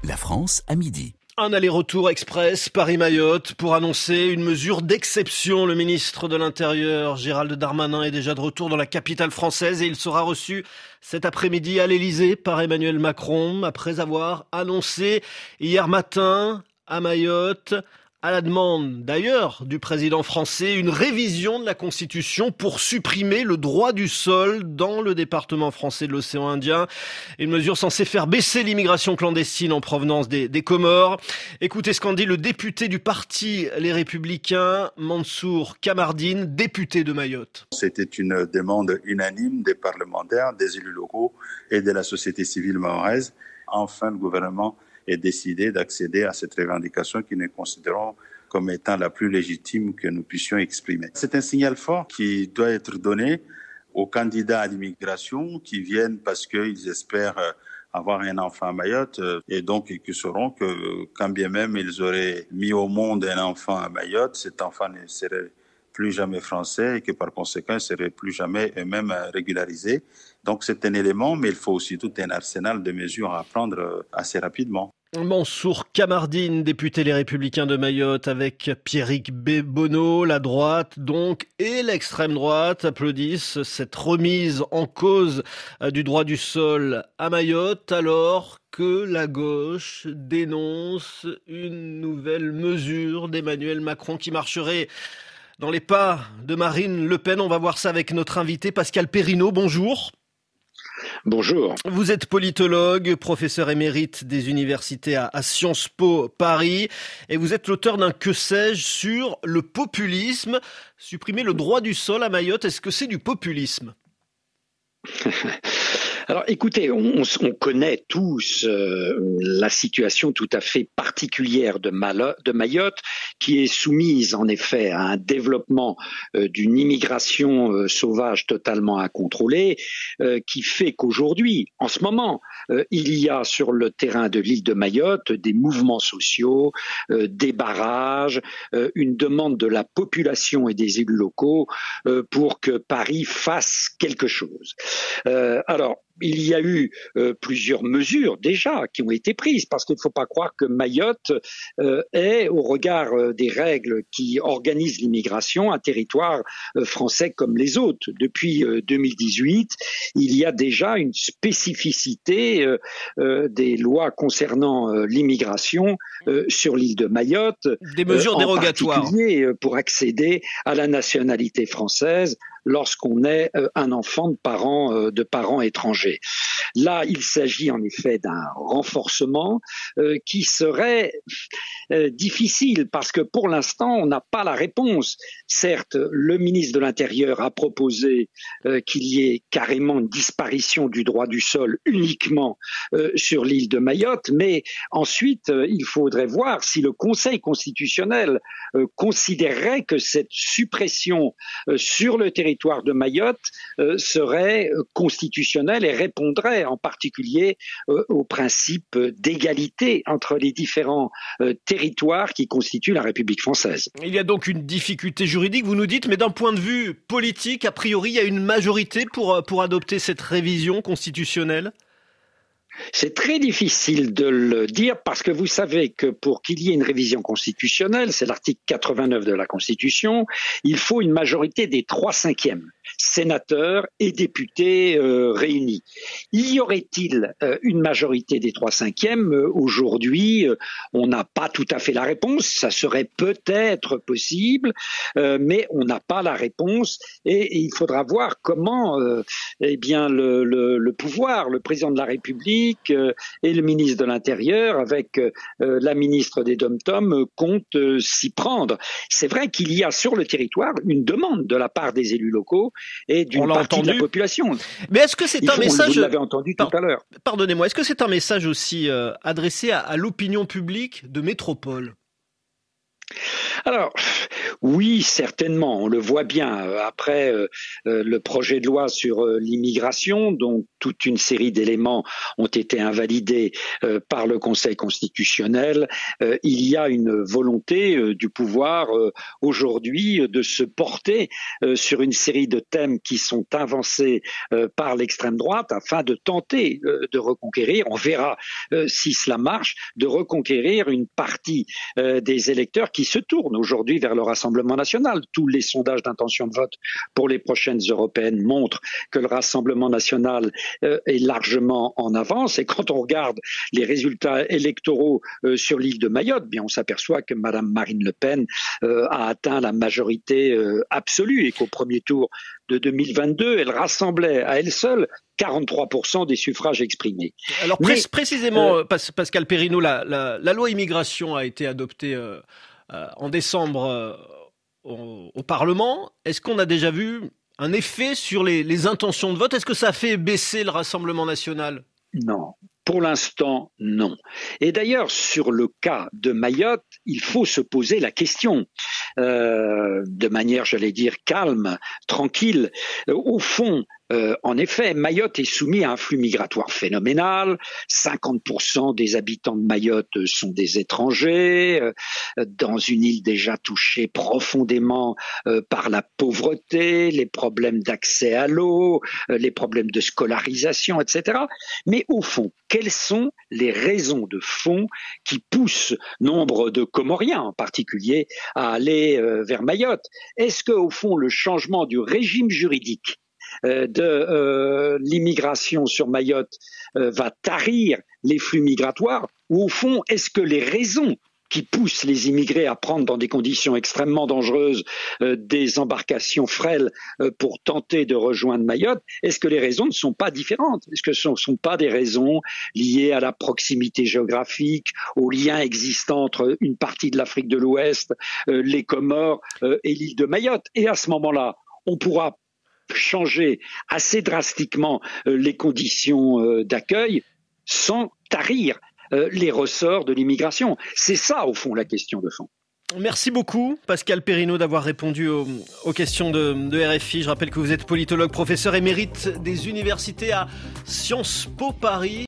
La France à midi. Un aller-retour express Paris-Mayotte pour annoncer une mesure d'exception. Le ministre de l'Intérieur, Gérald Darmanin, est déjà de retour dans la capitale française et il sera reçu cet après-midi à l'Élysée par Emmanuel Macron après avoir annoncé hier matin à Mayotte, à la demande d'ailleurs du président français, une révision de la Constitution pour supprimer le droit du sol dans le département français de l'océan Indien. Une mesure censée faire baisser l'immigration clandestine en provenance des Comores. Écoutez ce qu'en dit le député du parti Les Républicains, Mansour Kamardine, député de Mayotte. C'était une demande unanime des parlementaires, des élus locaux et de la société civile mahoraise. Enfin, le gouvernement est décidé d'accéder à cette revendication que nous considérons comme étant la plus légitime que nous puissions exprimer. C'est un signal fort qui doit être donné aux candidats à l'immigration qui viennent parce qu'ils espèrent avoir un enfant à Mayotte et donc qui sauront que quand bien même ils auraient mis au monde un enfant à Mayotte, cet enfant ne serait plus jamais français et que par conséquent, ne serait plus jamais eux-mêmes régularisés. Donc c'est un élément, mais il faut aussi tout un arsenal de mesures à prendre assez rapidement. Mansour Kamardine, député Les Républicains de Mayotte, avec Pierrick Bonneau, la droite donc, et l'extrême droite applaudissent cette remise en cause du droit du sol à Mayotte, alors que la gauche dénonce une nouvelle mesure d'Emmanuel Macron qui marcherait dans les pas de Marine Le Pen. On va voir ça avec notre invité Pascal Perrineau. Bonjour. Bonjour. Vous êtes politologue, professeur émérite des universités à Sciences Po Paris et vous êtes l'auteur d'un que sais-je sur le populisme. Supprimer le droit du sol à Mayotte, est-ce que c'est du populisme ? Alors écoutez, on connaît tous la situation tout à fait particulière de Mayotte, qui est soumise en effet à un développement d'une immigration sauvage totalement incontrôlée, qui fait qu'aujourd'hui, en ce moment, il y a sur le terrain de l'île de Mayotte des mouvements sociaux, des barrages, une demande de la population et des élus locaux pour que Paris fasse quelque chose. Alors, il y a eu plusieurs mesures déjà qui ont été prises parce qu'il ne faut pas croire que Mayotte est, au regard des règles qui organisent l'immigration, un territoire français comme les autres. Depuis 2018, il y a déjà une spécificité des lois concernant l'immigration sur l'île de Mayotte. Des mesures dérogatoires. En particulier pour accéder à la nationalité française lorsqu'on est un enfant de parents étrangers. Là, il s'agit en effet d'un renforcement qui serait difficile parce que pour l'instant, on n'a pas la réponse. Certes, le ministre de l'Intérieur a proposé qu'il y ait carrément une disparition du droit du sol uniquement sur l'île de Mayotte, mais ensuite, il faudrait voir si le Conseil constitutionnel considérerait que cette suppression sur le territoire de Mayotte serait constitutionnelle et répondrait en particulier au principe d'égalité entre les différents territoires qui constituent la République française. Il y a donc une difficulté juridique, vous nous dites, mais d'un point de vue politique, a priori, il y a une majorité pour adopter cette révision constitutionnelle ? C'est très difficile de le dire parce que vous savez que pour qu'il y ait une révision constitutionnelle, c'est l'article 89 de la Constitution, il faut une majorité des 3/5 sénateurs et députés réunis. Y aurait-il une majorité des 3/5 aujourd'hui, on n'a pas tout à fait la réponse, ça serait peut-être possible, mais on n'a pas la réponse et il faudra voir comment le pouvoir, le président de la République et le ministre de l'Intérieur avec la ministre des Dom-Tom comptent s'y prendre. C'est vrai qu'il y a sur le territoire une demande de la part des élus locaux et d'une partie de la population. Mais est-ce que c'est un message... Vous l'avez entendu tout à l'heure. Pardonnez-moi, est-ce que c'est un message aussi adressé à l'opinion publique de métropole ? Alors, Oui, certainement. On le voit bien. Après le projet de loi sur l'immigration, dont toute une série d'éléments ont été invalidés par le Conseil constitutionnel, il y a une volonté du pouvoir aujourd'hui de se porter sur une série de thèmes qui sont avancés par l'extrême droite afin de tenter de reconquérir, on verra si cela marche, de reconquérir une partie des électeurs qui se tournent aujourd'hui vers le Rassemblement national. Tous les sondages d'intention de vote pour les prochaines européennes montrent que le Rassemblement national est largement en avance. Et quand on regarde les résultats électoraux sur l'île de Mayotte, bien on s'aperçoit que Madame Marine Le Pen a atteint la majorité absolue et qu'au premier tour de 2022, elle rassemblait à elle seule 43% des suffrages exprimés. Alors précisément, Pascal Perrineau, la loi immigration a été adoptée en décembre au Parlement. Est-ce qu'on a déjà vu un effet sur les intentions de vote? Est-ce que ça a fait baisser le Rassemblement national? Non. Pour l'instant, non. Et d'ailleurs, sur le cas de Mayotte, il faut se poser la question de manière, j'allais dire, calme, tranquille. Au fond, en effet, Mayotte est soumis à un flux migratoire phénoménal. 50% des habitants de Mayotte sont des étrangers, dans une île déjà touchée profondément par la pauvreté, les problèmes d'accès à l'eau, les problèmes de scolarisation, etc. Mais au fond, quelles sont les raisons de fond qui poussent nombre de Comoriens en particulier à aller vers Mayotte? Est-ce qu'au fond, le changement du régime juridique de l'immigration sur Mayotte va tarir les flux migratoires, ou au fond, est-ce que les raisons qui poussent les immigrés à prendre dans des conditions extrêmement dangereuses des embarcations frêles pour tenter de rejoindre Mayotte, est-ce que les raisons ne sont pas différentes? Est-ce que ce ne sont pas des raisons liées à la proximité géographique, aux liens existants entre une partie de l'Afrique de l'Ouest, les Comores et l'île de Mayotte? Et à ce moment-là, on pourra changer assez drastiquement les conditions d'accueil sans tarir les ressorts de l'immigration. C'est ça, au fond, la question de fond. Merci beaucoup, Pascal Perrineau, d'avoir répondu aux questions de RFI. Je rappelle que vous êtes politologue, professeur émérite des universités à Sciences Po Paris.